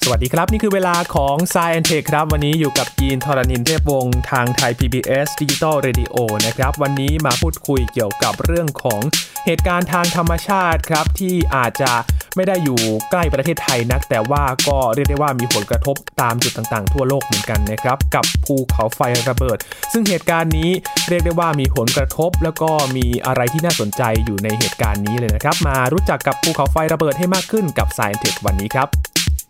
สวัสดีครับนี่คือเวลาของ Science Tech ครับวันนี้อยู่กับยีนทรณินเทพวงศ์ทางไทย PBS Digital Radio นะครับวันนี้มาพูดคุยเกี่ยวกับเรื่องของเหตุการณ์ทางธรรมชาติครับที่อาจจะไม่ได้อยู่ใกล้ประเทศไทยนักแต่ว่าก็เรียกได้ว่ามีผลกระทบตามจุดต่างๆทั่วโลกเหมือนกันนะครับกับภูเขาไฟระเบิดซึ่งเหตุการณ์นี้เรียกได้ว่ามีผลกระทบแล้วก็มีอะไรที่น่าสนใจอยู่ในเหตุการณ์นี้เลยนะครับมารู้จักกับภูเขาไฟระเบิดให้มากขึ้นกับ Science Tech วันนี้ครับ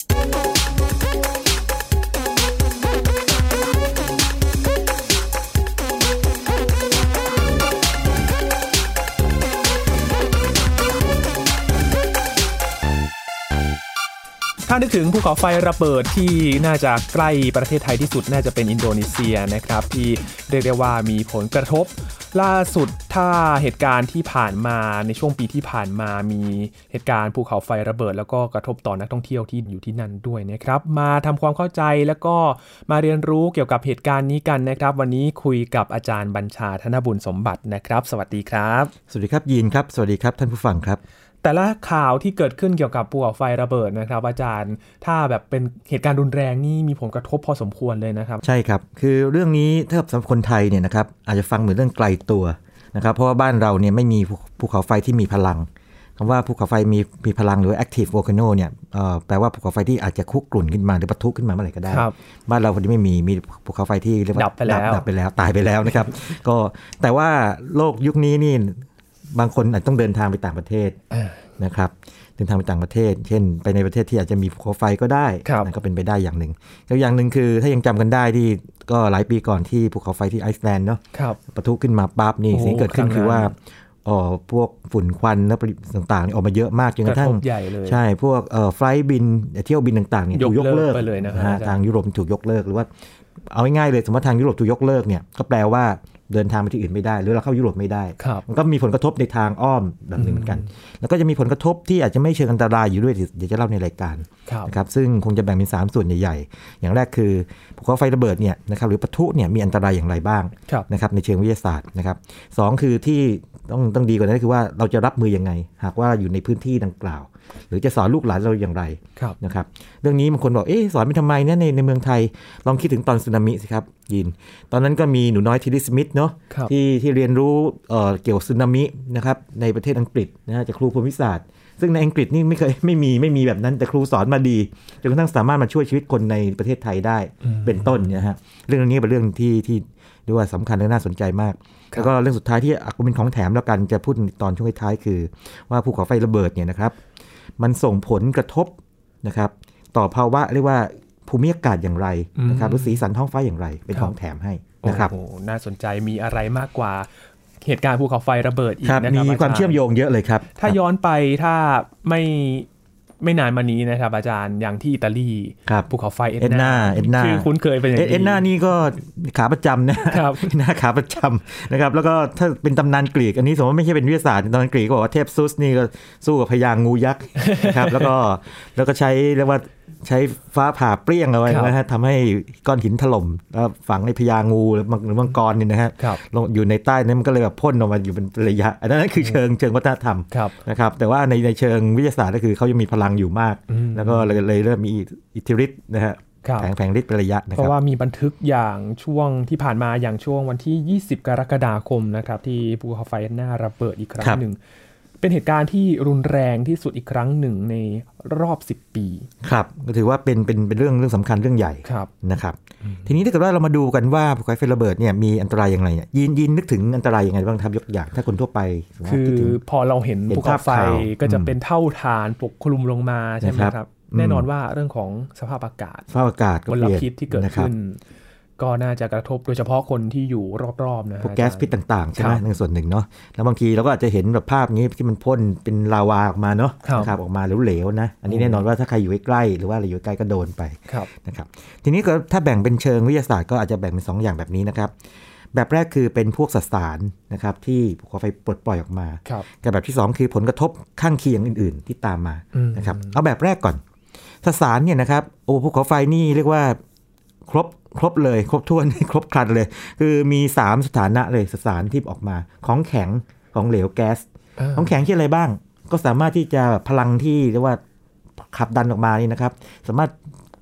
ถ้านึกถึงภูเขาไฟระเบิดที่น่าจะใกล้ประเทศไทยที่สุดน่าจะเป็นอินโดนีเซียนะครับที่เรียกได้ว่ามีผลกระทบล่าสุดถ้าเหตุการณ์ที่ผ่านมาในช่วงปีที่ผ่านมามีเหตุการณ์ภูเขาไฟระเบิดแล้วก็กระทบต่อนักท่องเที่ยวที่อยู่ที่นั่นด้วยนะครับมาทำความเข้าใจแล้วก็มาเรียนรู้เกี่ยวกับเหตุการณ์นี้กันนะครับวันนี้คุยกับอาจารย์บัญชาธนบุญสมบัตินะครับสวัสดีครับสวัสดีครับยีนครับสวัสดีครับท่านผู้ฟังครับแต่ละข่าวที่เกิดขึ้นเกี่ยวกับภูเขาไฟระเบิดนะครับอาจารย์ถ้าแบบเป็นเหตุการณ์รุนแรงนี่มีผลกระทบพอสมควรเลยนะครับใช่ครับคือเรื่องนี้ถ้าสำหรับคนไทยเนี่ยนะครับอาจจะฟังเหมือนเรื่องไกลตัวนะครับเพราะว่าบ้านเราเนี่ยไม่มีภูเขาไฟที่มีพลังคำว่าภูเขาไฟมีพลังหรือ active volcano เนี่ยแปลว่าภูเขาไฟที่อาจจะคุกรุ่นขึ้นมาหรือปะทุขึ้นมาเมื่อไหร่ก็ได้บ้านเราคนที่ไม่มีภูเขาไฟที่เรียกว่าดับไปแล้วตายไปแล้วนะครับก็แต่ว่าโลกยุคนี้นี่บางคนอาจต้องเดินทางไปต่างประเทศนะครับเดินทางไปต่างประเทศเช่นไปในประเทศที่อาจจะมีภูเขาไฟก็ได้นั่นก็เป็นไปได้อย่างหนึ่งแล้วอย่างหนึ่งคือถ้ายังจำกันได้ที่ก็หลายปีก่อนที่ภูเขาไฟที่ไอซ์แลนด์เนาะปะทุขึ้นมาปั๊บนี่สิ่งที่เกิดขึ้นคือว่าพวกฝุ่นควันและต่างๆออกมาเยอะมากจนกระทั่งใช่พวกไฟล์บินเที่ยวบินต่างๆเนี่ยถูกยกเลิกทางยุโรปถูกยกเลิกหรือว่าเอาง่ายๆเลยสมมติทางยุโรปถูกยกเลิกเนี่ยก็แปลว่าเดินทางไปที่อื่นไม่ได้หรือเราเข้ายุโรปไม่ได้มันก็มีผลกระทบในทางอ้อมแบบหนึ่งเหมือนกันแล้วก็จะมีผลกระทบที่อาจจะไม่เชิงอันตรายอยู่ด้วยเดี๋ยวจะเล่าในรายการนะครับซึ่งคงจะแบ่งเป็น3ส่วนใหญ่ๆอย่างแรกคือภูเขาไฟระเบิดเนี่ยนะครับหรือปะทุเนี่ยมีอันตรายอย่างไรบ้างนะครับในเชิงวิทยาศาสตร์นะครับ2คือที่ต้องดีกว่านั้นคือว่าเราจะรับมือยังไงหากว่าอยู่ในพื้นที่ดังกล่าวหรือจะสอนลูกหลานเราอย่างไรนะครับเรื่องนี้บางคนบอกสอนไปทำไมเนี่ยในเมืองไทยลองคิดถึงตอนสึนามิสิครับยินตอนนั้นก็มีหนูน้อยทีดิสมิธเนาะที่เรียนรู้เกี่ยวกับสึนามินะครับในประเทศอังกฤษนะจากครูภูมิศาสตร์ซึ่งในอังกฤษนี่ไม่มีแบบนั้นแต่ครูสอนมาดีจนกระทั่งสามารถมาช่วยชีวิตคนในประเทศไทยได้เป็นต้นนะฮะเรื่องนี้เป็นเรื่องที่เรียกว่าสำคัญและน่าสนใจมากแล้วก็เรื่องสุดท้ายที่เป็นของแถมแล้วกันจะพูดตอนช่วงท้ายคือว่าภูเขาไฟระเบิดเนี่ยนะครับมันส่งผลกระทบนะครับต่อภาวะเรียกว่าภูมิอากาศอย่างไรนะครับหรือสีสันท้องฟ้าอย่างไรเป็นของแถมให้นะครับโอ้น่าสนใจมีอะไรมากกว่าเหตุการณ์ภูเขาไฟระเบิดอีกนะครับมีความเชื่อมโยงเยอะเลยครับถ้าย้อนไปถ้าไม่นานมานี้นะครับอาจารย์อย่างที่อิตาลีภูเขาไฟเอ็ดนาชื่อคุ้นเคยเป็นอย่างดีเอ็ดนานี่ก็ขาประจำนะครับขาประจำนะครับแล้วก็ถ้าเป็นตำนานกรีกอันนี้สมมติไม่ใช่เป็นวิทยาศาสตร์ตำนานกรีกก็บอกว่าเทพซุสนี่ก็สู้กับพญางูยักษ์นะครับแล้วก็ใช้เรียกว่าใช้ฟ้าผ่าเปรี้ยงเอาไว้นะฮะทำให้ก้อนหินถล่มแล้วฝังในพญางูหรือมังกรนี่นะฮะลงอยู่ในใต้นั้นมันก็เลยแบบพ่นออกมาอยู่เป็นระยะอันนั้นคือเชิงวัฒนธรรมนะครับแต่ว่าในเชิงวิทยาศาสตร์ก็คือเขายังมีพลังอยู่มากแล้วก็เลยเริ่มมีอิทธิฤทธิ์นะฮะแผงฤทธิ์เป็นระยะนะครับเพราะว่ามีบันทึกอย่างช่วงที่ผ่านมาอย่างช่วงวันที่20กรกฎาคมนะครับที่ภูเขาไฟเอ็ดนาระเบิดอีกครั้งหนึ่งเป็นเหตุการณ์ที่รุนแรงที่สุดอีกครั้งหนึ่งในรอบ10ปีครับก็ถือว่าเป็นเรื่องสำคัญเรื่องใหญ่นะครับทีนี้ถ้าเกิดว่าเรามาดูกันว่าภูเขาไฟระเบิดเนี่ยมีอันตรายอย่างไรเนี่ยยินนึกถึงอันตรายยังไงบ้างครับยกอย่างถ้าคนทั่วไปคือพอเราเห็นภูเขาไฟก็จะเป็นเท่าฐานปกคลุมลงมาใช่ไหมครับแน่นอนว่าเรื่องของสภาพอากาศมลพิษที่เกิดขึ้นก็น่าจะกระทบโดยเฉพาะคนที่อยู่รอบๆนะพวกแก๊สพิษต่างๆใช่ไหมในส่วนหนึ่งเนาะแล้วบางทีเราก็อาจจะเห็นแบบภาพนี้ที่มันพ่นเป็นลาวาออกมาเนาะนะครับออกมาเหลวๆนะอันนี้แน่นอนว่าถ้าใครอยู่ใกล้หรือว่าอะไรอยู่ใกล้ก็โดนไปนะครับทีนี้ก็ถ้าแบ่งเป็นเชิงวิทยาศาสตร์ก็อาจจะแบ่งเป็น2อย่างแบบนี้นะครับแบบแรกคือเป็นพวกสสารนะครับที่ภูเขาไฟปลดปล่อยออกมากับแบบที่2คือผลกระทบข้างเคียงอื่นๆที่ตามมานะครับเอาแบบแรกก่อนสสารเนี่ยนะครับภูเขาไฟนี่เรียกว่าครบเลยครบถ้วนครบครันเลยคือมี3สถานะเลยสสารที่ออกมาของแข็งของเหลวแก๊สของแข็งที่อะไรบ้างก็สามารถที่จะพลังที่เรียกว่าขับดันออกมานี่นะครับสามารถ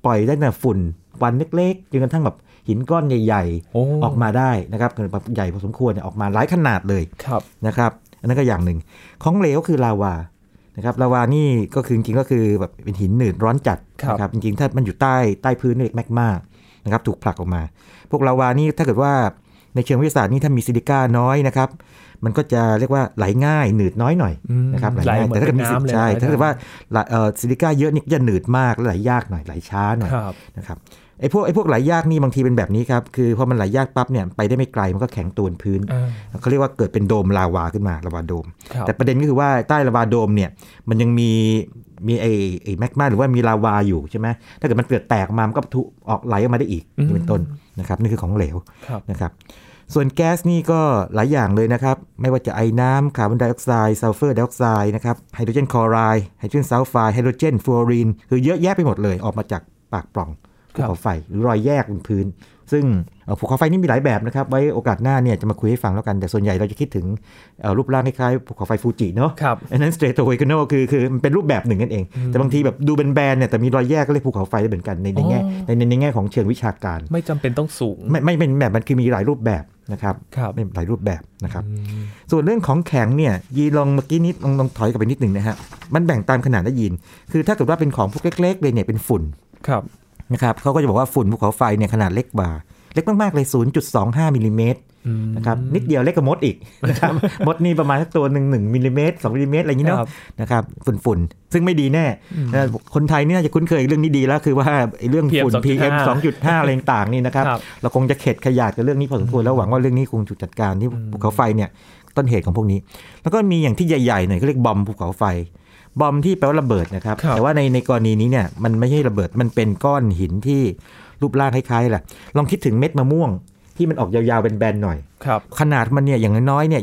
ปล่อยได้แต่ฝุ่นควันเล็กๆจนกระทั่งแบบหินก้อนใหญ่ๆออกมาได้นะครับแบบใหญ่พอสมควรเนี่ยออกมาหลายขนาดเลยนะครับอันนั้นก็อย่างหนึ่งของเหลวคือลาวานะครับลาวานี่ก็คือจริงๆก็คือแบบเป็นหินหนืดร้อนจัดนะครับจริงๆถ้ามันอยู่ใต้พื้นเรียกแมกมานะครับถูกผลักออกมาพวกลาวานี่ถ้าเกิดว่าในเชิงวิทยาศาสตร์นี่ถ้ามีซิลิก้าน้อยนะครับมันก็จะเรียกว่าไหลง่ายหนืดน้อยหน่อยนะครับไหลง่ายแต่ถ้าเกิดมีใช่ถ้าเกิดว่าซิลิก้าเยอะนี่จะหนืดมากและไหลยากหน่อยไหลช้าหน่อยนะครับไอ้พวกไหลยากนี่บางทีเป็นแบบนี้ครับคือพอมันไหลยากปั๊บเนี่ยไปได้ไม่ไกลมันก็แข็งตัวพื้นเขาเรียกว่าเกิดเป็นโดมลาวาขึ้นมาลาวาโดมแต่ประเด็นก็คือว่าใต้ลาวาโดมเนี่ยมันยังมีไอ้แมกมาหรือว่ามีลาวาอยู่ใช่ไหมถ้าเกิดมันเกิดแตกมามันก็ออกไหลออกมาได้อีกเป็นต้นนะครับนี่คือของเหลวนะครับส่วนแก๊สนี่ก็หลายอย่างเลยนะครับไม่ว่าจะไอน้ำคาร์บอนไดออกไซด์ซัลเฟอร์ไดออกไซด์นะครับไฮโดรเจนคลอไรด์ไฮโดรเจนซัลไฟด์ไฮโดรเจนฟลูออรีนคือเยอะแยะไปหมดเลยออกมาจากปากปล่องภูเขาไฟหรือรอยแยกบนพื้นซึ่งภูเขาไฟนี่มีหลายแบบนะครับไว้โอกาสหน้าเนี่ยจะมาคุยให้ฟังแล้วกันแต่ส่วนใหญ่เราจะคิดถึงรูปร่างคล้ายๆภูเขาไฟฟูจิเนาะอันนั้นสเตรโตโวลคาโนคือมันเป็นรูปแบบหนึ่งนั่นเองแต่บางทีแบบดูเป็นแบนเนี่ยแต่มีรอยแยกก็เรียกภูเขาไฟได้เหมือนกันในแง่ของเชิงวิชาการไม่จำเป็นต้องสูงไม่เป็นแบบมันคือมีหลายรูปแบบนะครับหลายรูปแบบนะครับส่วนเรื่องของแข็งเนี่ยยีลองเมื่อกี้นิดลองถอยกลับไปนิดหนึ่งนะฮะมันแบ่งตามขนาดได้ยินคือถ้าเกิดว่าเป็นของพวกเล็กๆเลยเนี่ยเป็นฝุ่นนะครับเขาก็จะบอกว่าฝุ่นภูเขาไฟเนี่ยขนาดเล็กกว่าเล็กมากๆเลย 0.25 มิลลิเมตรนะครับนิดเดียวเล็กกว่ามดอีกนะครับมดนี่ประมาณสักตัวหนึ่ง1มิลลิเมตร2มิลลิเมตรอะไรอย่างนี้เนาะนะครับฝุ่นซึ่งไม่ดีแน่คนไทยนี่น่าจะคุ้นเคยเรื่องนี้ดีแล้วคือว่าเรื่องฝุ่น PM 2.5 อะไรต่างๆนี่นะครับเราคงจะเข็ดขยาดกับเรื่องนี้พอสมควรแล้วหวังว่าเรื่องนี้คงถูกจัดการที่ภูเขาไฟเนี่ยต้นเหตุของพวกนี้แล้วก็มีอย่างที่ใหญ่ๆหน่อยก็เรียกบอมภูเขาไฟบอมที่แปลว่าระเบิดนะครับแต่ว่าในกรณีนี้เนี่ยมันไม่ใช่ระเบิดมันเป็นก้อนหินที่รูปร่างคล้ายๆแหละลองคิดถึงเม็ดมะม่วงที่มันออกยาวๆเป็นแบนหน่อยขนาดมันเนี่ยอย่างน้อยๆเนี่ย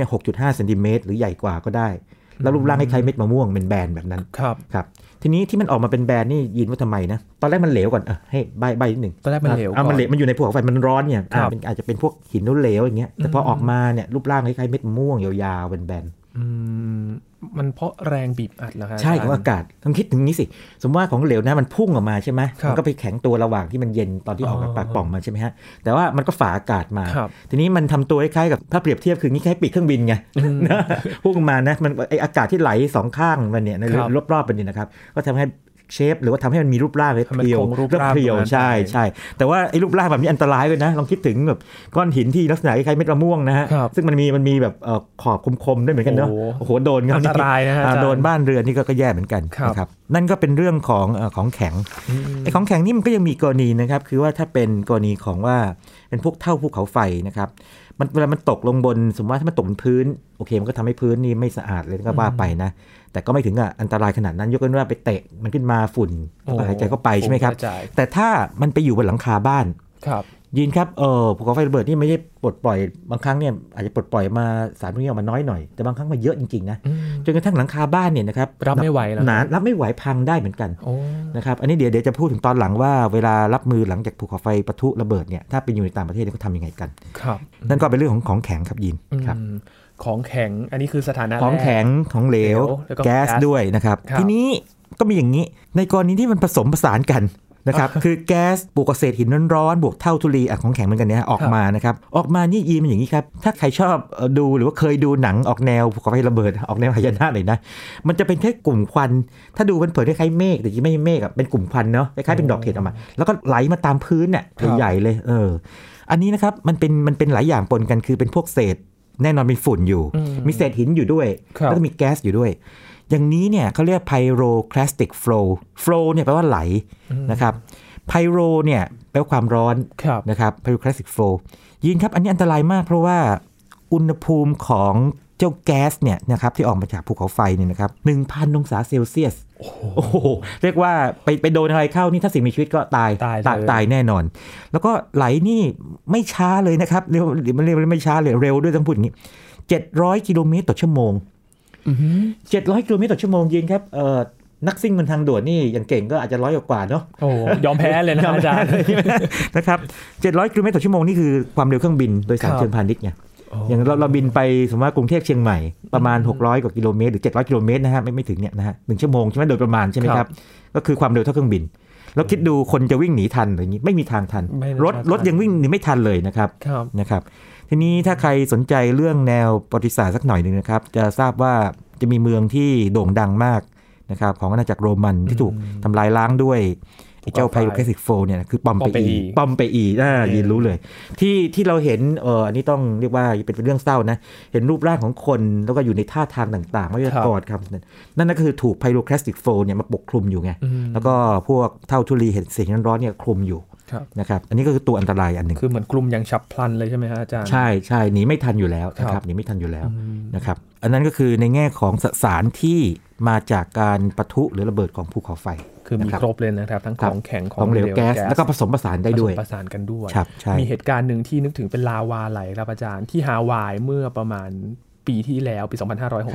6.5 เซนติเมตรหรือใหญ่กว่าก็ได้แล้วรูปร่างคล้ายๆเม็ดมะม่วงเป็นแบนแบบนั้นครับทีนี้ที่มันออกมาเป็นแบนนี่ยินว่าทำไมนะตอนแรกมันเหลวก่อนให้ใบนิดหนึ่งตอนแรกมันเหลวมันอยู่ในภูเขาไฟมันร้อนเนี่ยอาจจะเป็นพวกหินเหลวอย่างเงี้ยแต่พอออกมาเนี่ยรูปร่างคล้ายๆเม็ดมะม่วงยาวๆเป็นแบนมันเพราะแรงบีบอัดเหรอครับใช่ของอากาศต้องคิดถึงนี้สิสมมติว่าของเหลวนะมันพุ่งออกมาใช่ไหมมันก็ไปแข็งตัวระหว่างที่มันเย็นตอนที่ออกจากปากป่องมาใช่ไหมฮะแต่ว่ามันก็ฝ่าอากาศมาทีนี้มันทำตัวคล้ายๆกับถ้าเปรียบเทียบคือนี่คล้ายปีกเครื่องบินไงพุ่งมานะมันไออากาศที่ไหลสองข้างมันเนี่ยในรอบๆมันนี่นะครับก็ทำให้เชฟหรือว่าทำให้มันมีรูปร่างเพียวใช่แต่ว่าไอ้รูปร่างแบบนี้อันตรายเลยนะลองคิดถึงแบบก้อนหินที่ลักษณะคล้ายๆเม็ดมะม่วงนะฮะซึ่งมันมีแบบขอบคมๆด้วยเหมือนกันเนาะโอ้โหโดนอันตรายนะฮะโดนบ้านเรือนนี่ก็แย่เหมือนกันนะครับนั่นก็เป็นเรื่องของแข็งไอ้ของแข็งนี่มันก็ยังมีกรณีนะครับคือว่าถ้าเป็นกรณีของว่าเป็นพวกเท่าภูเขาไฟนะครับมันเวลามันตกลงบนสมมติว่าถ้ามันตกบนพื้นโอเคมันก็ทำให้พื้นนี่ไม่สะอาดเลยก็ว่าไปนะแต่ก็ไม่ถึงกับอันตรายขนาดนั้นยกเว้นว่าไปเตะมันขึ้นมาฝุ่นก็หายใจเข้าไปใช่ไหมครับแต่ถ้ามันไปอยู่บนหลังคาบ้านยินครับภูเขาไฟระเบิดนี่ไม่ใช่ปลดปล่อยบางครั้งเนี่ยอาจจะปลดปล่อยมาสารพวกนี้ออกมาน้อยหน่อยแต่บางครั้งมาเยอะจริงๆนะจนกระทั่งหลังคาบ้านเนี่ยนะครับรับไม่ไหวแล้วรับไม่ไหวพังได้เหมือนกันนะครับอันนี้เดี๋ยวจะพูดถึงตอนหลังว่าเวลารับมือหลังจากภูเขาไฟปะทุระเบิดเนี่ยถ้าเป็นอยู่ในต่างประเทศเขาทำยังไงกันนั่นก็เป็นเรื่องของแข็งครับยินครับของแข็งอันนี้คือสถานะของแข็งของเหลวแก๊สด้วยนะครับทีนี้ก็มีอย่างนี้ในกรณีที่มันผสมผสานกันนะครับคือแก๊สบวกกับเศษหินร้อนๆบวกเท่าธุลีของแข็งเหมือนกันเนี่ยออกมานะครับออกมานี่ยีมันอย่างนี้ครับถ้าใครชอบดูหรือว่าเคยดูหนังออกแนวภูเขาไฟระเบิดออกแนวหายนะหน่อยนะมันจะเป็นแค่กลุ่มควันถ้าดูมันเผยคล้ายๆเมฆแต่จริงไม่ใช่เมฆอ่ะเป็นกลุ่มควันเนาะคล้ายๆเป็นดอกเห็ดออกมาแล้วก็ไหลมาตามพื้นเนี่ยใหญ่ๆเลยอันนี้นะครับมันเป็นหลายอย่างปนกันคือเป็นพวกเศษแน่นอนมีฝุ่นอยู่มีเศษหินอยู่ด้วยแล้วก็มีแก๊สอยู่ด้วยอย่างนี้เนี่ยเขาเรียก pyroclastic flow เนี่ยแปลว่าไหลนะครับไพโรเนี่ยแปลว่าความร้อนนะครับ pyroclastic flow ยินครับอันนี้อันตรายมากเพราะว่าอุณหภูมิของเจ้าแก๊สเนี่ยนะครับที่ออกมาจากภูเขาไฟเนี่ยนะครับ 1,000 องศาเซลเซียสโอ้โหเรียกว่าไปโดนอะไรเข้านี่ถ้าสิ่งมีชีวิตก็ตายแน่นอนแล้วก็ไหลนี่ไม่ช้าเลยนะครับเร็วมันเร็วไม่ช้าเลยเร็วด้วยต้องพูดอย่างนี้700 กิโลเมตรต่อชั่วโมง700 กิโลเมตรต่อชั่วโมงยินครับนักซิ่งบนทางด่วนนี่อย่างเก่งก็อาจจะ100 กว่าเนาะโอ้ยอมแพ้เลยนะอาจารย์นะครับ700 กิโลเมตรต่อชั่วโมงนี่คือความเร็วเครื่องบินโดยสารเชิงพาณิชย์ไงอย่างเราบินไปสมมติว่ากรุงเทพเชียงใหม่ประมาณ600 กว่ากิโลเมตรหรือ700 กิโลเมตรนะฮะไม่ถึงเนี่ยนะฮะ1 ชั่วโมงใช่ไหมโดยประมาณใช่ไหมครับก็คือความเร็วเท่าเครื่องบินแล้วคิดดูคนจะวิ่งหนีทันหรืออย่างนี้ไม่มีทางทันรถยังวิ่งหนีไม่ทันเลยนะครับทีนี้ถ้าใครสนใจเรื่องแนวประวัติศาสตร์สักหน่อยนึงนะครับจะทราบว่าจะมีเมืองที่โด่งดังมากนะครับของอาณาจักรโรมันที่ถูกทำลายล้างด้วยเจ้าไพโรแคสติกโฟเนี่ยคือปอมเปอียินรู้เลยที่เราเห็นอันนี้ต้องเรียกว่าเป็นเรื่องเศร้านะเห็นรูปร่างของคนแล้วก็อยู่ในท่าทางต่างๆไม่ว่ากอดครับนั่นก็คือถูกไพโรแคสติกโฟเนี่ยมาปกคลุมอยู่ไงแล้วก็พวกเท่าธุลีเห็นเสียงร้อนเนี่ยคลุมอยู่นะครับอันนี้ก็คือตัวอันตรายอันหนึ่งคือเหมือนกลุ่มอย่างฉับพลันเลยใช่ไหมฮะอาจารย์ใช่หนีไม่ทันอยู่แล้วนะครับหนีไม่ทันอยู่แล้วนะครับอันนั้นก็คือในแง่ของสารที่มาจากการปะทุหรือระเบิดของภูเขาไฟคือมีครบเลยนะครับทั้งของแข็งของเหลวแก๊สแล้วก็ผสมผสานได้ด้วยผสมผสานกันด้วยมีเหตุการณ์หนึ่งที่นึกถึงเป็นลาวาไหลครับอาจารย์ที่ฮาวายเมื่อประมาณปีที่แล้วปี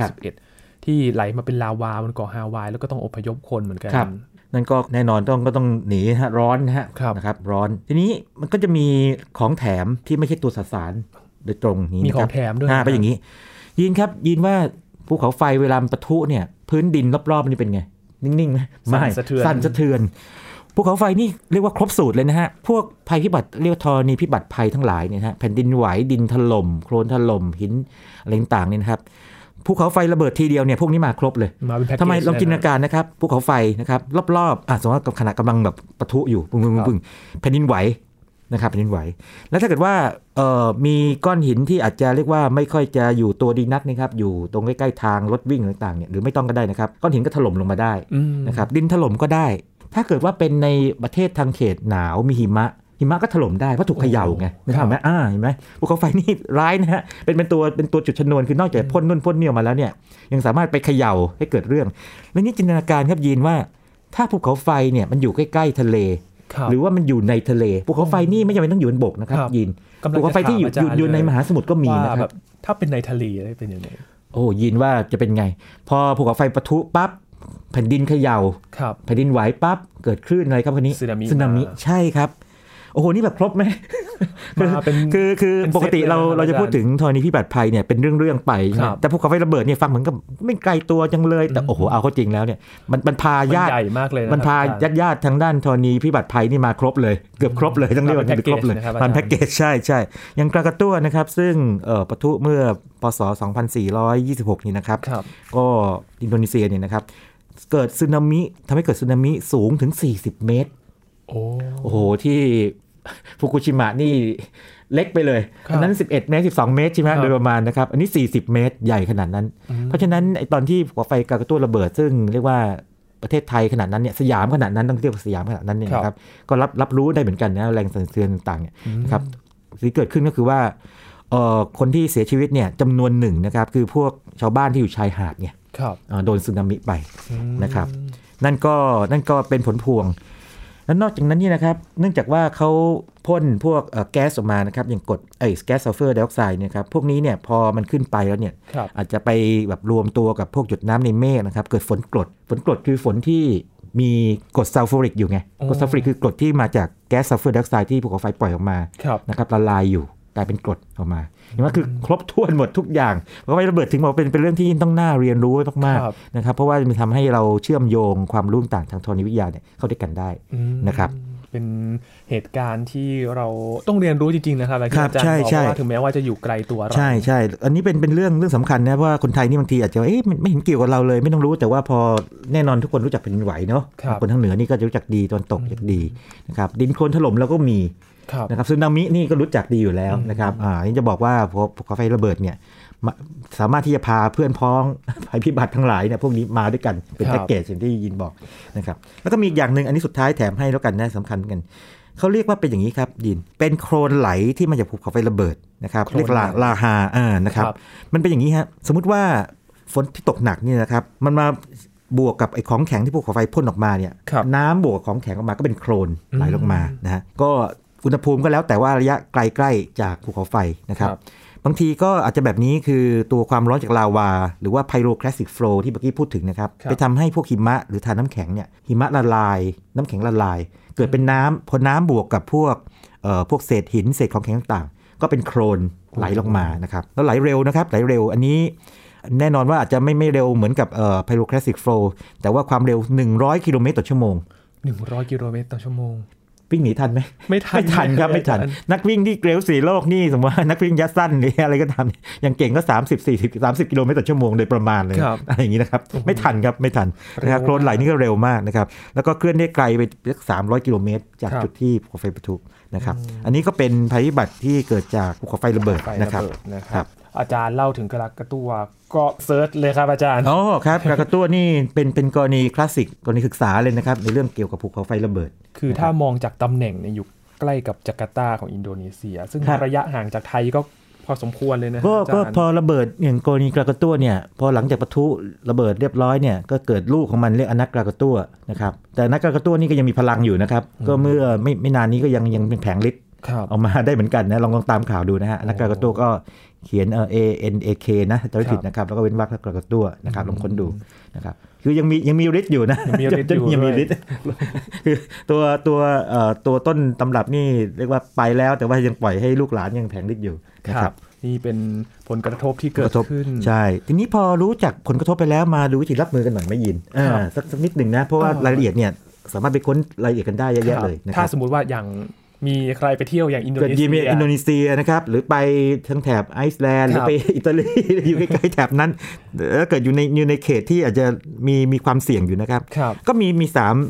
2561ที่ไหลมาเป็นลาวาบนเกาะฮาวายแล้วก็ต้องอพยพคนเหมือนกันนั่นก็แน่นอนก็ต้องหนีฮะร้อนนะครับร้อนทีนี้มันก็จะมีของแถมที่ไม่ใช่ตัวสสารโดยตรงนี้มีของแถมด้วยเป็นอย่างนี้ยินว่าภูเขาไฟเวลามันปะทุเนี่ยพื้นดินรอบๆนี่เป็นไงนิ่งๆไหมไม่สั่นสะเทือนภูเขาไฟนี่เรียกว่าครบสูตรเลยนะฮะพวกภัยพิบัติเรียกธรณีพิบัติภัยทั้งหลายเนี่ยฮะแผ่นดินไหวดินถล่มโคลนถล่มหินอะไรต่างๆเนี่ยนะครับภูเขาไฟระเบิดทีเดียวเนี่ยพวกนี้มาครบเลยทำไมลองจินตนาการนะครับภูเขาไฟนะครับรอบๆสมมติว่าขณะกำลังแบบปะทุอยู่ปึ้งแผ่นดินไหวนะครับแผ่นดินไหวแล้วถ้าเกิดว่ามีก้อนหินที่อาจจะเรียกว่าไม่ค่อยจะอยู่ตัวดีนักนะครับอยู่ตรงใกล้ๆทางรถวิ่งต่างๆเนี่ยหรือไม่ต้องก็ได้นะครับก้อนหินก็ถล่มลงมาได้นะครับดินถล่มก็ได้ถ้าเกิดว่าเป็นในประเทศทางเขตหนาวมีหิมะก็ถล่มได้เพราะถูกเขย่าไงนะครับไหมเห็นไหมภูเขาไฟนี่ร้ายนะฮะเป็นตัวจุดชนวนคือนอกจากพ่นนู่นพ่นนี่ออกมาแล้วเนี่ยยังสามารถไปเขย่าให้เกิดเรื่องและนี่จินตนาการครับยินว่าถ้าภูเขาไฟเนี่ยมันอยู่ใกล้ๆทะเลหรือว่ามันอยู่ในทะเลภูเขาไฟนี่ไม่จำเป็นต้องอยู่บนบกนะครับยินภูเขาไฟที่อยู่ในมหาสมุทรก็มีนะครับถ้าเป็นในทะเลเป็นยังไงยินว่าจะเป็นไงพอภูเขาไฟปะทุปั๊บแผ่นดินเขย่าแผ่นดินไหวปั๊บเกิดคลื่นอะไรครับคนนี้สึนามิใช่ครับนี่แบบครบไหมคือปกติเราจะพูดถึงธรณีพิบัติภัยเนี่ยเป็นเรื่องไปแต่ภูเขาไฟระเบิดเนี่ยฟังเหมือนกับไม่ไกลตัวจังเลยแต่เอาเข้าจริงแล้วเนี่ยมันพาญาติมันพาญาติทางด้านธรณีพิบัติภัยนี่มาครบเลยเกือบครบเลยต้องเรียกว่าครบเลยมันแพ็กเกจใช่อย่างกรากัวนะครับซึ่งปะทุเมื่อปศ2426นี่นะครับก็อินโดนีเซียเนี่ยนะครับเกิดสึนามิทำให้เกิดสึนามิสูงถึง40 เมตรที่ฟุกุชิมะนี่เล็กไปเลยอันนั้น11 เมตร12 เมตรใช่ไหมโดยประมาณนะครับอันนี้40 เมตรใหญ่ขนาดนั้นเพราะฉะนั้นตอนที่ภูเขาไฟกรากัวระเบิดซึ่งเรียกว่าประเทศไทยขนาดนั้นเนี่ยสยามขนาดนั้นต้องเรียกว่าสยามขนาดนั้นเนี่ยนะครับก็รับรู้ได้เหมือนกันนะแรงสั่นสะเทือนต่างๆเนี่ยนะครับที่เกิดขึ้นก็คือว่าคนที่เสียชีวิตเนี่ยจำนวนหนึ่งนะครับคือพวกชาวบ้านที่อยู่ชายหาดเนี่ยโดนสึนามิไปนะครับนั่นก็เป็นผลพวงแล้วนอกจากนั้นนี่นะครับเนื่องจากว่าเขาพ่นพวกแก๊สออกมานะครับอย่างกรดแก๊สซัลเฟอร์ไดออกไซด์เนี่ยครับพวกนี้เนี่ยพอมันขึ้นไปแล้วเนี่ยอาจจะไปแบบรวมตัวกับพวกหยดน้ำในเมฆนะครับเกิดฝนกรดคือฝนที่มีกรดซัลฟูริกอยู่ไงกรดซัลฟูริกคือกรดที่มาจากแก๊สซัลเฟอร์ไดออกไซด์ที่ภูเขาไฟปล่อยออกมานะครับละลายอยู่กลายเป็นกรดออกมาเห็นไหมคือครบถ้วนหมดทุกอย่างเพราะว่าระเบิดถึงบอกเป็นเรื่องที่ต้องน่าเรียนรู้มากๆนะครับเพราะว่ามันทำให้เราเชื่อมโยงความรู้ต่างทางธรณีวิทยาเนี่ยเข้าด้วยกันได้นะครับเป็นเหตุการณ์ที่เราต้องเรียนรู้จริงๆนะครับอาจารย์บอกว่าถึงแม้ว่าจะอยู่ไกลตัวเราใช่อันนี้เป็นเรื่องสำคัญนะเพราะว่าคนไทยนี่บางทีอาจจะไม่เห็นเกี่ยวกับเราเลยไม่ต้องรู้แต่ว่าพอแน่นอนทุกคนรู้จักแผ่นดินไหวเนาะคนทางเหนือนี่ก็จะรู้จักดีตอนตกรู้จักดีนะครับดินโคลนถล่มเราก็มีนะครับสึนามินี่ก็รู้จักดีอยู่แล้วนะครับนี่จะบอกว่าภูเขาไฟระเบิดเนี่ยสามารถที่จะพาเพื่อนพ้องภัยพิบัติทั้งหลายเนี่ยพวกนี้มาด้วยกันเป็นแพ็กเกจอย่างที่ยินบอกนะครับแล้วก็มีอย่างนึงอันนี้สุดท้ายแถมให้แล้วกันนะสำคัญกันเขาเรียกว่าเป็นอย่างนี้ครับยินเป็นโคลนไหลที่มาจากภูเขาไฟระเบิดนะครับเรียกลาฮานะครับมันเป็นอย่างนี้ฮะสมมุติว่าฝนที่ตกหนักนี่นะครับมันมาบวกกับไอ้ของแข็งที่ภูเขาไฟพ่นออกมาเนี่ยน้ำบวกกับของแข็งออกมาก็เป็นโคลนไหลลงมานะฮะก็อุณหภูมิก็แล้วแต่ว่าระยะใกล้ๆจากภูเขาไฟนะครับบางทีก็อาจจะแบบนี้คือตัวความร้อนจากลาวาหรือว่าไพโรแคสติกโฟลว์ที่เมื่อกี้พูดถึงนะครับไปทำให้พวกหิมะหรือทานน้ำแข็งเนี่ยหิมะละลายน้ำแข็งละลายเกิดเป็นน้ำพอน้ำบวกกับพวกเศษหินเศษของแข็งต่างๆก็เป็นโคลนไหลลงมานะครับแล้วไหลเร็วนะครับไหลเร็วอันนี้แน่นอนว่าอาจจะไม่เร็วเหมือนกับไพโรแคสติกโฟลว์แต่ว่าความเร็ว100 กิโลเมตรต่อชั่วโมง 100 กิโลเมตรต่อชั่วโมงวิ่งหนีทันไหมไม่ทันครับไม่ทันนักวิ่งที่เร็วสีโลกนี่สมมติว่านักวิ่งยัดสั้นหรืออะไรก็ตามอย่างเก่งก็30 กิโลเมตรต่อชั่วโมงโดยประมาณเลยอะไรอย่างนี้นะครับไม่ทันครับไม่ทันนะครับโคลนไหลนี่ก็เร็วมากนะครับแล้วก็เคลื่อนได้ไกลไป300 กิโลเมตรจากจุดที่ภูเขาไฟปะทุนะครับอันนี้ก็เป็นภัยพิบัติที่เกิดจากภูเขาไฟระเบิดนะครับอาจารย์เล่าถึงกระตั้วก็เซิร์ชเลยครับอาจารย์ครับกระตั้วนี่เป็นกรณีคลาสสิกกรณีศึกษาเลยนะครับในเรื่องเกี่ยวกับภูเขาไฟระเบิดคือถ้ามองจากตำแหน่งเนี่ยอยู่ใกล้กับจาการ์ตาของอินโดนีเซียซึ่งระยะห่างจากไทยก็พอสมควรเลยนะก็พอระเบิดอย่างกรณีกระตั้วเนี่ยพอหลังจากปะทุระเบิดเรียบร้อยเนี่ยก็เกิดลูกของมันเรียกอนักกระตั้วนะครับแต่อนักกระตั้วนี่ก็ยังมีพลังอยู่นะครับก็เมื่อไม่นานนี้ก็ยังเป็นแผงฤทธิ์ออกมาได้เหมือนกันนะลองตามข่าวดูนะฮะอนักกระตั้วก็เขียนANAK นะจะไม่ผิดนะครับแล้วก็เว้นวรรคกระตั้วนะครับลองค้นดูนะครับคือยังมีฤทธิ์อยู่นะยังมีฤทธิ์คือตัวต้นตำรับนี่เรียกว่าไปแล้วแต่ว่ายังปล่อยให้ลูกหลานยังแผงฤทธิ์อยู่นะครับนี่เป็นผลกระทบที่เกิดขึ้นใช่ทีนี้พอรู้จักผลกระทบไปแล้วมาดูวิธีรับมือกันหน่อยไม่ยินสักนิดหนึ่งนะเพราะว่ารายละเอียดเนี่ยสามารถไปค้นรายละเอียดกันได้เยอะแยะเลยถ้าสมมุติว่าอย่างมีใครไปเที่ยวอย่างอินโดนีเซียนะครับหรือไปทั้งแถบไอซ์แลนด์หรือไปอิตาลีอยู่ใกล้ๆแถบนั้นแล้วเกิดอยู่ในเขตที่อาจจะมีความเสี่ยงอยู่นะครับก็มี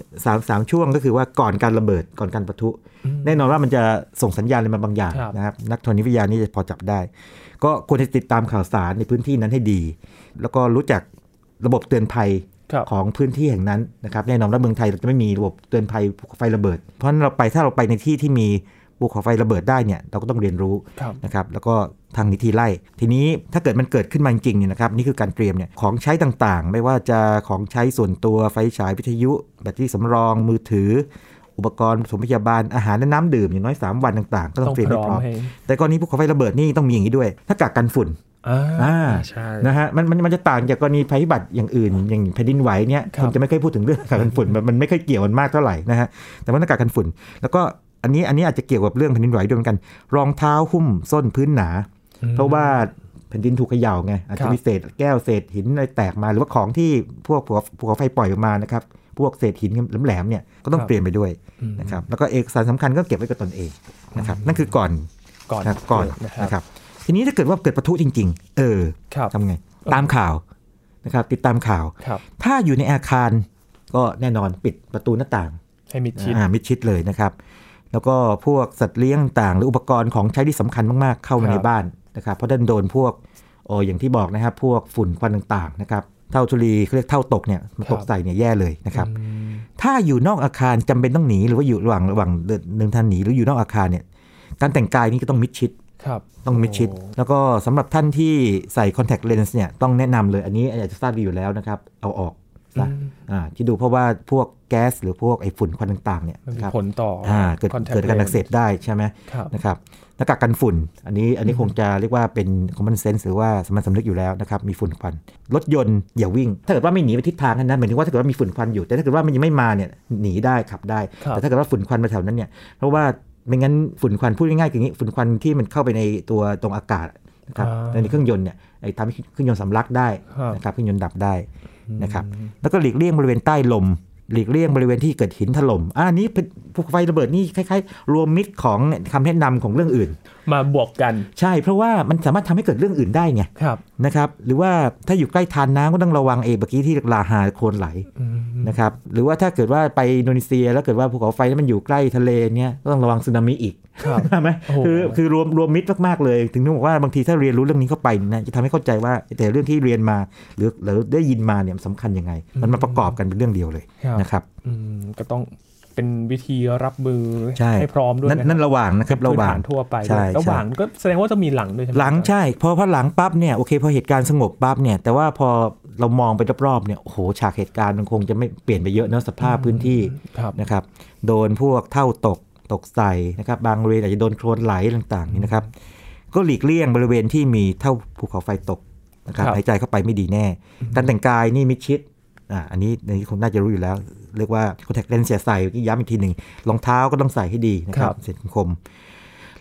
3ช่วงก็คือว่าก่อนการระเบิดก่อนการปะทุแน่นอนว่ามันจะส่งสัญญาณอะไรมาบางอย่างนะครับนักธรณีวิทยานี่จะพอจับได้ก็ควรจะติดตามข่าวสารในพื้นที่นั้นให้ดีแล้วก็รู้จักระบบเตือนภัยของพื้นที่แห่งนั้นนะครับแน่นอนว่าเมืองไทยเราจะไม่มีระบบเตือนภัยภูเขาไฟระเบิดเพราะฉะนั้นถ้าเราไปในที่ที่มีภูเขาไฟระเบิดได้เนี่ยเราก็ต้องเรียนรู้นะครับแล้วก็ทางนิธีไล่ทีนี้ถ้าเกิดมันเกิดขึ้นมาจริงๆเนี่ยนะครับนี่คือการเตรียมเนี่ยของใช้ต่างๆไม่ว่าจะของใช้ส่วนตัวไฟฉายวิทยุแบตเตอรี่สำรองมือถืออุปกรณ์ปฐมพยาบาลอาหารและน้ำดื่มอย่างน้อย3วันต่างๆก็ต้องเตรียมให้พร้อมแต่กรณีภูเขาไฟระเบิดนี่ต้องมีอย่างนี้ด้วยหน้ากากกันฝุ่นใช่นะฮะมันจะต่างจากกรณีภัยพิบัติอย่างอื่นอย่างแผ่นดินไหวเนี่ยคนจะไม่ค่อยพูดถึงเรื่องหน้ากากกันฝุ่นมันไม่ค่อยเกี่ยวกันมากเท่าไหร่นะฮะแต่ว่าหน้ากากกันฝุ่นแล้วก็อันนี้อาจจะเกี่ยวกับเรื่องแผ่นดินไหวด้วยเหมือนกันรองเท้าหุ้มส้นพื้นหนาเพราะว่าแผ่นดินถูกเขย่าไงอาจจะมีเศษแก้วเศษหินอะไรแตกมาหรือว่าของที่พวกภูเขาไฟปล่อยออกมานะครับพวกเศษหินแหลมๆเนี่ยก็ต้องเตรียมไปด้วยนะครับแล้วก็เอกสารสำคัญก็เก็บไว้กับตนเองนะครับนั่นคือก่อนนะครับทีนี้ถ้าเกิดว่าเกิดปะทุจริงๆทำไงตามข่าวนะครับติดตามข่าวถ้าอยู่ในอาคารก็แน่นอนปิดประตูหน้าต่างให้มิดชิดเลยนะครับแล้วก็พวกสัตว์เลี้ยงต่างหรืออุปกรณ์ของใช้ที่สำคัญมากๆเข้ามาในบ้านนะครับเพราะโดนพวกอย่างที่บอกนะครับพวกฝุ่นควันต่างๆนะครับเท่าทุลีเขาเรียกเท่าตกเนี่ยมันตกใส่เนี่ยแย่เลยนะครับถ้าอยู่นอกอาคารจำเป็นต้องหนีหรือว่าอยู่ระหว่างเดินทางหนีหรืออยู่นอกอาคารเนี่ยการแต่งกายนี่ก็ต้องมิดชิดต้องมิดชิดแล้วก็สำหรับท่านที่ใส่ contact lens เนี่ยต้องแนะนำเลยอันนี้อาจจะทราบดีอยู่แล้วนะครับเอาออกซะที่ดูเพราะว่าพวกแก๊สหรือพวกไอ้ฝุ่นควันต่างๆเนี่ยมีผลต่อเกิดการอักเสบได้ใช่ไหมนะครับหน้ากากกันฝุ่นอันนี้คงจะเรียกว่าเป็น common sense หรือว่าสามัญสำนึกอยู่แล้วนะครับมีฝุ่นควันรถยนต์อย่าวิ่งถ้าเกิดว่าไม่หนีไปทิศทางนั้นหมายถึงว่าถ้าเกิดว่ามีฝุ่นควันอยู่แต่ถ้าเกิดว่ามันยังไม่มาเนี่ยหนีได้ขับได้แต่ถ้าเกิดว่าฝุ่นควันมาแถวนั้นเนี่ยเพราะว่าไม่งั้นฝุ่นควันพูดง่ายๆอย่างนี้ฝุ่นควันที่มันเข้าไปในตัวตรงอากาศนะครับในเครื่องยนต์เนี่ยทำให้เครื่องยนต์สำลักได้นะครับเครื่องยนต์ดับได้นะครับแล้วก็หลีกเลี่ยงบริเวณใต้ลมหลีกเลี่ยงบริเวณที่เกิดหินถล่มอันนี้ภูเขาไฟระเบิดนี่คล้ายๆรวมมิตรของคำแนะนำของเรื่องอื่นมาบวกกันใช่เพราะว่ามันสามารถทำให้เกิดเรื่องอื่นได้ไงนะครับหรือว่าถ้าอยู่ใกล้ทานน้ำก็ต้องระวังเมื่อกี้ที่ลาฮาโคลนไหลนะครับหรือว่าถ้าเกิดว่าไปอินโดนีเซียแล้วเกิดว่าภูเขาไฟนั้นมันอยู่ใกล้ทะเลเนี่ยก็ต้องระวังสึนามิอีกใช่ไหมคือรวมมิตรมากๆเลยถึงต้องบอกว่าบางทีถ้าเรียนรู้เรื่องนี้เข้าไปนะจะทำให้เข้าใจว่าแต่เรื่องที่เรียนมาหรือได้ยินมาเนี่ยสำคัญยังไงมันมาประกอบกันเป็นเรื่องเดียวเลยนะครับก็ต้องเป็นวิธีรับมือให้พร้อมด้วยนั่นระหว่างนะครับระหว่างทั่วไประหว่างก็แสดงว่าจะมีหลังด้วยใช่ไหมหลังใช่พอหลังปั๊บเนี่ยโอเคพอเหตุการณ์สงบปั๊บเนี่ยแต่ว่าพอเรามองไปรอบๆเนี่ยโอ้โหฉากเหตุการณ์มันคงจะไม่เปลี่ยนไปเยอะนะสภาพพื้นที่นะครับโดนพวกเท่าตกใส่นะครับบางบริเวณอาจจะโดนโคลนไหลต่างๆนี่นะครับก็หลีกเลี่ยงบริเวณที่มีเท่าภูเขาไฟตกนะครับหายใจเข้าไปไม่ดีแน่การแต่งกายนี่มิดชิดอันนี้คงน่าจะรู้อยู่แล้วเรียกว่า contact lens ใส่ย้ำอีกทีหนึ่งรองเท้าก็ต้องใส่ให้ดีนะครับเสร็จคม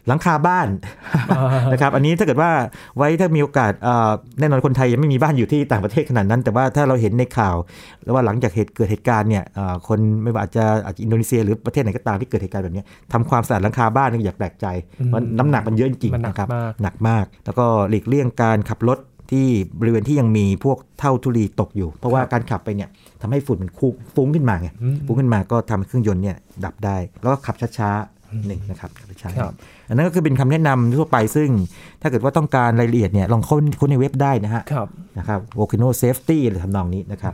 หลังคาบ้าน นะครับอันนี้ถ้าเกิดว่าไว้ถ้ามีโอกาสแน่นอนคนไทยยังไม่มีบ้านอยู่ที่ต่างประเทศขนาดนั้นแต่ว่าถ้าเราเห็นในข่าวแล้วว่าหลังจากเกิดเหตุการณ์เนี่ยคนไม่ว่าอาจจะอินโดนีเซียหรือประเทศไหนก็ตามที่เกิดเหตุการณ์แบบนี้ทำความสะอาดหลังคาบ้านนี่อย่าแปลกใจว่าน้ำหนักมันเยอะจริงนะครับหนักมากแล้วก็หลีกเลี่ยงการขับรถที่บริเวณที่ยังมีพวกเท่าธุลีตกอยู่เพราะว่าการขับไปเนี่ยทำให้ฝุ่นมันฟุ้งขึ้นมาไงฟุ้งขึ้นมาก็ทำให้เครื่องยนต์เนี่ยดับได้แล้วก็ขับช้าๆหนึ่งนะครับขับช้าๆอันนั้นก็คือเป็นคำแนะนำทั่วไปซึ่งถ้าเกิดว่าต้องการรายละเอียดเนี่ยลองค้นในเว็บได้นะฮะนะครับ Volcano Safety หรือทำนองนี้นะครับ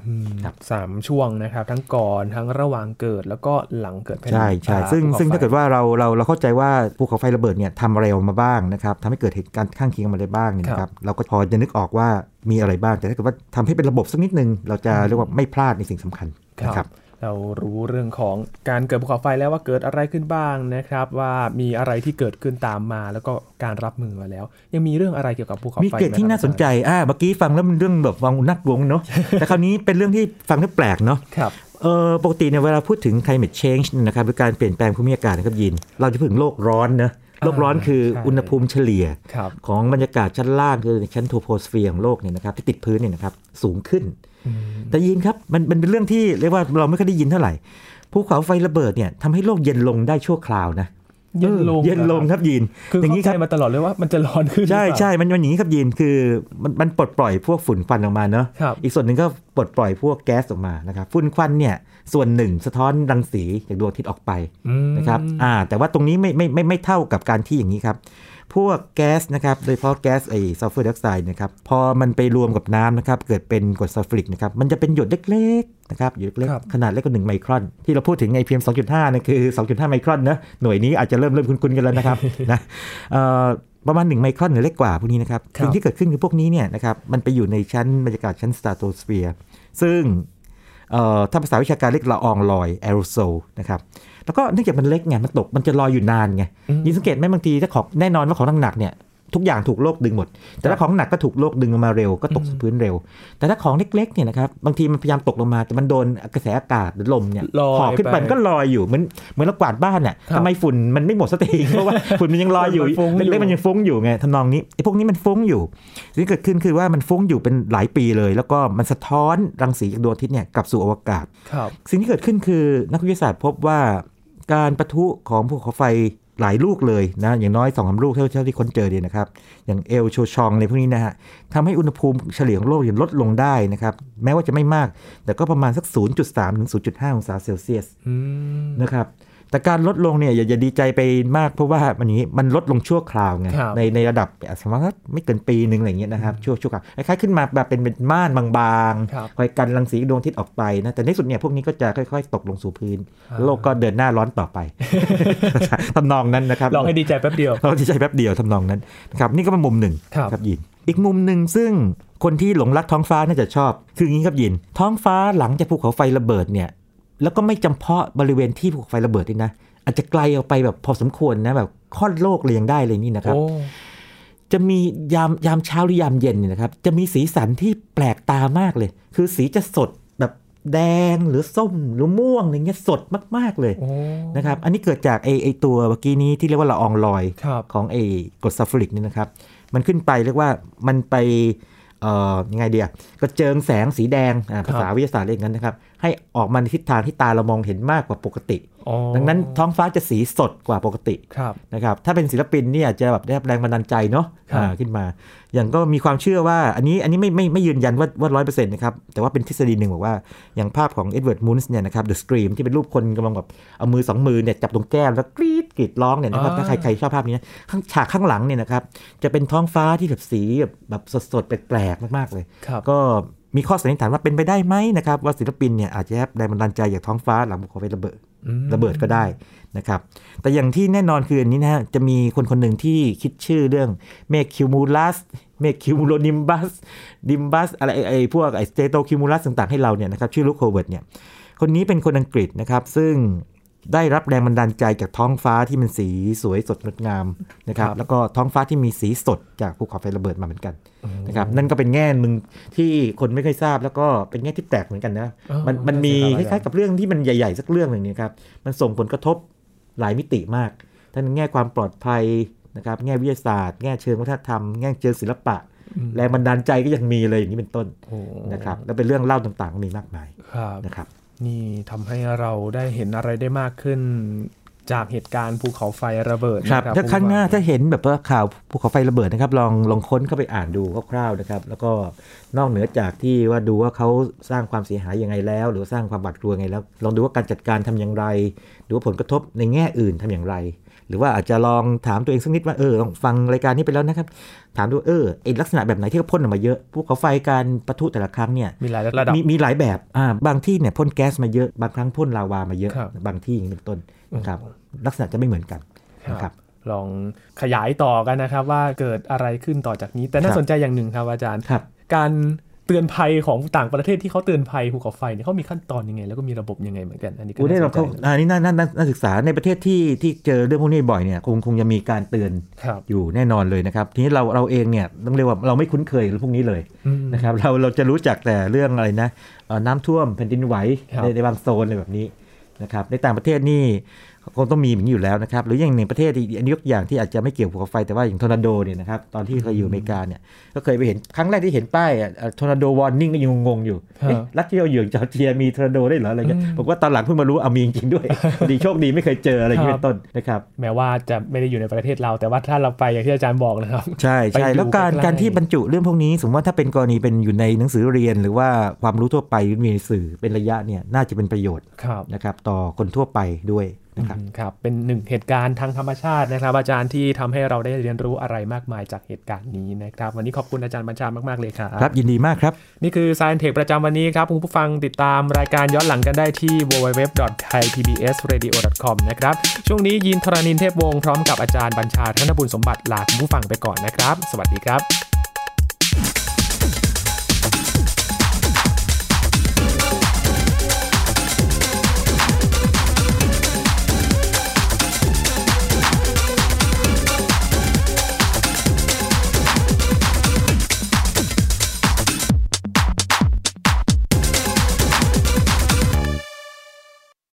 3ช่วงนะครับทั้งก่อนทั้งระหว่างเกิดแล้วก็หลังเกิดแผ่นดินใช่ซึ่งถ้าเกิดว่าเราเข้าใจว่าภูเขาไฟระเบิดเนี่ยทำอะไรออกมาบ้างนะครับทำให้เกิดเหตุการณ์ข้างเคียงมาได้บ้างเนี่ยนะครับเราก็พอจะนึกออกว่ามีอะไรบ้างแต่ถ้าเกิดว่าทำให้เป็นระบบสักนิดนึงเราจะเรียกว่าไม่พลาดในสิ่งสำคัญนะครับเรารู้เรื่องของการเกิดภูเขาไฟแล้วว่าเกิดอะไรขึ้นบ้างนะครับว่ามีอะไรที่เกิดขึ้นตามมาแล้วก็การรับมือมาแล้วยังมีเรื่องอะไรเกี่ยวกับภูเขาไฟมีเกร็ดที่น่าสนใจเมื่อกี้ฟังแล้วมันเรื่องแบบฟังน่ากลัวเนาะ แต่คราวนี้เป็นเรื่องที่ฟังแล้วแปลกเนาะปกติเนี่ยเวลาพูดถึง climate change นะครับหรือการเปลี่ยนแปลงภูมิอากาศนะครับยินเราจะพูดถึงโลกร้อนนะโลกร้อนคืออุณหภูมิเฉลี่ยของบรรยากาศชั้นล่างคือชั้นโทโพสเฟียร์ของโลกเนี่ยนะครับที่ติดพื้นเนี่ยนะครับสูงขึ้นแต่ยินครับมันเป็นเรื่องที่เรียกว่าเราไม่ค่อยได้ยินเท่าไหร่ภูเขาไฟระเบิดเนี่ยทำให้โลกเย็นลงได้ชั่วคราวนะเย็นลงครับยินอย่างนี้ครับมาตลอดเลยว่ามันจะร้อนขึ้นใช่มันอย่างนี้ครับยินคือมันปลดปล่อยพวกฝุ่นควันออกมาเนาะอีกส่วนหนึ่งก็ปลดปล่อยพวกแก๊สออกมานะครับฝุ่นควันเนี่ยส่วนหนึ่งสะท้อนรังสีจากดวงอาทิตย์ออกไปนะครับแต่ว่าตรงนี้ไม่เท่ากับการที่อย่างนี้ครับพวกแก๊สนะครับโดยเฉพาะแก๊สซัลเฟอร์ไดออกไซด์นะครับพอมันไปรวมกับน้ำนะครับเกิดเป็นกรดซัลฟูริกนะครับมันจะเป็นหยดเล็กๆนะครับหยดเล็กขนาดเล็กกว่า1ไมครอนที่เราพูดถึงไอ PM 2.5นั่นคือ 2.5 ไมครอนนะหน่วยนี้อาจจะเริ่มคุ้นๆกันแล้วนะครับนะประมาณ1ไมครอนหรือเล็กกว่าพวกนี้นะครับสิ่งที่เกิดขึ้นคือพวกนี้เนี่ยนะครับมันไปอยู่ในชั้นบรรยากาศชั้นสตราโตสเฟียร์ซึ่งถ้าภาษาวิชาการเรียกละอองลอยแอโรโซลนะครับแล้วก็เนื่องจากมันเล็กไงมันตกมันจะลอยอยู่นานไงยิ่งสังเกตไหมบางทีถ้าของแน่นอนว่าของหนักๆเนี่ยทุกอย่างถูกโลกดึงหมดแต่ถ้าของหนักก็ถูกโลกดึงลงมาเร็วก็ตกสู่พื้นเร็วแต่ถ้าของเล็กๆเนี่ยนะครับบางทีมันพยายามตกลงมาแต่มันโดนกระแสอากาศหรือลมเนี่ยหอบขึ้นไปก็ลอยอยู่เหมือนเรากวาดบ้านเนี่ยทำไมฝุ่นมันไม่หมดสักทีเพราะว่าฝุ่นมันยังลอยอยู่เล็กๆมันยังฟุ้งอยู่ไงทำนองนี้ไอ้พวกนี้มันฟุ้งอยู่สิ่งที่เกิดขึ้นคือว่ามันฟุ้งอยู่เป็นหลายปีเลยแล้วก็มันสะท้อนรังสีจากดวงอาทิตย์เนี่ยกลับสู่อวกาศสิ่งที่เกิดขึ้นคือนักวิทยาศาสตร์พบว่าการปะทุของภูเขาไฟหลายลูกเลยนะอย่างน้อย 2-3 ลูกเท่าที่ค้นเจอเนี่ยนะครับอย่างเอลโชชองในพวกนี้นะฮะทำให้อุณหภูมิเฉลี่ยของโลกลดลงได้นะครับแม้ว่าจะไม่มากแต่ก็ประมาณสัก 0.3 ถึง 0.5 องศาเซลเซียสนะครับแต่การลดลงเนี่ยอย่าดีใจไปมากเพราะว่ามันลดลงชั่วคราวไงในระดับสมมติว่าไม่เกินปีนึงอะไรอย่างเงี้ยนะครับชั่วคราวคล้ายๆขึ้นมาแบบเป็นม่านบางๆคอยกันรังสีดวงอาทิตย์ออกไปนะแต่ในสุดเนี่ยพวกนี้ก็จะค่อยๆตกลงสู่พื้นโลกก็เดินหน้าร้อนต่อไป ทำนองนั้นนะครับลองให้ดีใจแป๊บเดียวเราดีใจแป๊บเดียวทำนองนั้นนะครับนี่ก็เป็นมุมหนึ่งครับยินอีกมุมหนึ่งซึ่งคนที่หลงรักท้องฟ้าน่าจะชอบคืออย่างนี้ครับยินท้องฟ้าหลังจากภูเขาไฟระเบิดเนี่ยแล้วก็ไม่จำเพาะบริเวณที่ภูเขาไฟระเบิดนี่นะอาจจะไกลออกไปแบบพอสมควรนะแบบค่อนโลกเลยยังได้เลยนี่นะครับจะมียามเช้าหรือยามเย็นเนี่ยนะครับจะมีสีสันที่แปลกตามากเลยคือสีจะสดแบบแดงหรือส้มหรือม่วงอะไรเงี้ยสดมากๆเลยนะครับอันนี้เกิดจากไอตัวเมื่อกี้นี้ที่เรียกว่าละอองลอยของไอกรดซัลฟูริกนี่นะครับมันขึ้นไปเรียกว่ามันไปยังไงเดียกระเจิงแสงสีแดงภาษาวิทยาศาสตร์เรียกงั้นนะครับให้ออกมาในทิศทางที่ตาเรามองเห็นมากกว่าปกติดังนั้นท้องฟ้าจะสีสดกว่าปกตินะครับถ้าเป็นศิลปินนี่อาจจะแบบได้แรงบันดาลใจเนาะขึ้นมาอย่างก็มีความเชื่อว่าอันนี้ไม่ยืนยันว่า 100% นะครับแต่ว่าเป็นทฤษฎีหนึ่งบอกว่าอย่างภาพของเอ็ดเวิร์ดมูนส์เนี่ยนะครับ The Scream ที่เป็นรูปคนกำลังแบบเอามือ2มือเนี่ยจับตรงแก้มแล้วกรีดร้องเนี่ยนะครับถ้าใครชอบภาพนี้ฉากข้างหลังเนี่ยนะครับจะเป็นท้องฟ้าที่แบบสีแบบสดๆแปลกๆมากๆเลยก็มีข้อสันนิษฐานว่าเป็นไปได้ไหมนะครับว่าศิลปินเนี่ยอาจจะได้แรงบันดาลใจจากท้องฟ้าหลังภูเขาไฟระเบิดก็ได้นะครับแต่อย่างที่แน่นอนคืออันนี้นะฮะจะมีคนหนึ่งที่คิดชื่อเรื่องเมฆคิวมูลัสเมฆคิวมูโลนิมบัสอะไรไอ้พวกไอ้สเตโตคิวมูลัสต่างๆให้เราเนี่ยนะครับชื่อลูคโคเวิร์ดเนี่ยคนนี้เป็นคนอังกฤษนะครับซึ่งได้รับแรงบันดาลใจจากท้องฟ้าที่มันสีสวยสดงดงามนะครับแล้วก็ท้องฟ้าที่มีสีสดจากภูเขาไฟระเบิดมาเหมือนกันนะครับนั่นก็เป็นแง่นึงที่คนไม่เคยทราบแล้วก็เป็นแง่ที่แปลกเหมือนกันนะมันมีคล้ายๆกับเรื่องที่มันใหญ่ๆสักเรื่องนึงนี่ครับมันส่งผลกระทบหลายมิติมากทั้งแง่ความปลอดภัยนะครับแง่วิทยาศาสตร์แง่เชิงวัฒนธรรมแง่เชิงศิลปะแรงบันดาลใจก็ยังมีเลยอย่างนี้เป็นต้นนะครับแล้วเป็นเรื่องเล่าต่างๆก็มีมากมายนะครับนี่ทำให้เราได้เห็นอะไรได้มากขึ้นจากเหตุการณ์ภูเขาไฟระเบิดครับถ้าครั้งหน้าถ้าเห็นแบบว่าข่าวภูเขาไฟระเบิดนะครับลองค้นเข้าไปอ่านดูคร่าวๆนะครับแล้วก็นอกเหนือจากที่ว่าดูว่าเขาสร้างความเสียหายยังไงแล้วหรือสร้างความหวาดกลัวยังไงแล้วลองดูว่าการจัดการทำอย่างไรหรือว่าผลกระทบในแง่อื่นทำอย่างไรหรือว่าอาจจะลองถามตัวเองสักนิดว่าลองฟังรายการนี้ไปแล้วนะครับถามดูไอ้ลักษณะแบบไหนที่เขาพ่นออกมาเยอะภูเขาไฟการปะทุแต่ละครั้งเนี่ยมีหลายระดับมีหลายแบบบางที่เนี่ยพ่นแก๊สมาเยอะบางครั้งพ่นลาวามาเยอะบางที่อย่างนี้เป็นต้นนะครับลักษณะจะไม่เหมือนกันนะครับลองขยายต่อกันนะครับว่าเกิดอะไรขึ้นต่อจากนี้แต่น่าสนใจอย่างหนึ่งครับอาจารย์การเตือนภัยของต่างประเทศที่เขาเตือนภัยภูเขาไฟเนี่ยเขามีขั้นตอนยังไงแล้วก็มีระบบยังไงเหมือนกันอันนี้ก็น่าสนใจอันนี้น่าศึกษาในประเทศที่เจอเรื่องพวกนี้บ่อยเนี่ยคงจะมีการเตือนอยู่แน่นอนเลยนะครับทีนี้เราเองเนี่ยต้องเรียกว่าเราไม่คุ้นเคยกับพวกนี้เลยนะครับเราจะรู้จักแต่เรื่องอะไรนะน้ำท่วมแผ่นดินไหวในบางโซนอะไรแบบนี้นะครับในต่างประเทศนี่คงต้องมีอย่างนี้อยู่แล้วนะครับหรืออย่างในประเทศอันนี้ยกอย่างที่อาจจะไม่เกี่ยวกับภูเขาไฟแต่ว่าอย่างทอร์นาโดเนี่ยนะครับตอนที่เคยอยู่อเมริกาเนี่ยก็เคยไปเห็นครั้งแรกที่เห็นป้ายทอร์นาโดวอร์นิ่งก็ยังงงอยู่รัฐที่เราอยู่จอร์เจียมีทอร์นาโดได้เหรออะไรเงี้ยผมว่าตอนหลังเพิ่งมารู้มีจริงๆด้วยดีโชคดีไม่เคยเจออะไรอย่างนี้เป็นต้นนะครับแม้ว่าจะไม่ได้อยู่ในประเทศเราแต่ว่าถ้าเราไปอย่างที่อาจารย์บอกนะครับใช่แล้วการที่บรรจุเรื่องพวกนี้สมมติว่าถ้าเป็นกรณีเป็นอยู่ในหนังสือเรียนหรือว่าความรู้ทั่วไปมีในสื่อเป็นระยะเนี่ยน่าจะเป็นประโยชน์นะครับต่อคนทั่วไปด้วยครับเป็นหนึ่งเหตุการณ์ทางธรรมชาตินะครับอาจารย์ที่ทำให้เราได้เรียนรู้อะไรมากมายจากเหตุการณ์นี้นะครับวันนี้ขอบคุณอาจารย์บัญชามากๆเลยครับครับยินดีมากครับนี่คือ Science Tech ประจำวันนี้ครับคุณผู้ฟังติดตามรายการย้อนหลังกันได้ที่ www.thaipbsradio.com นะครับช่วงนี้ยินทรณินเทพวงศ์พร้อมกับอาจารย์บัญชาธนบุญสมบัติลาคุณผู้ฟังไปก่อนนะครับสวัสดีครับ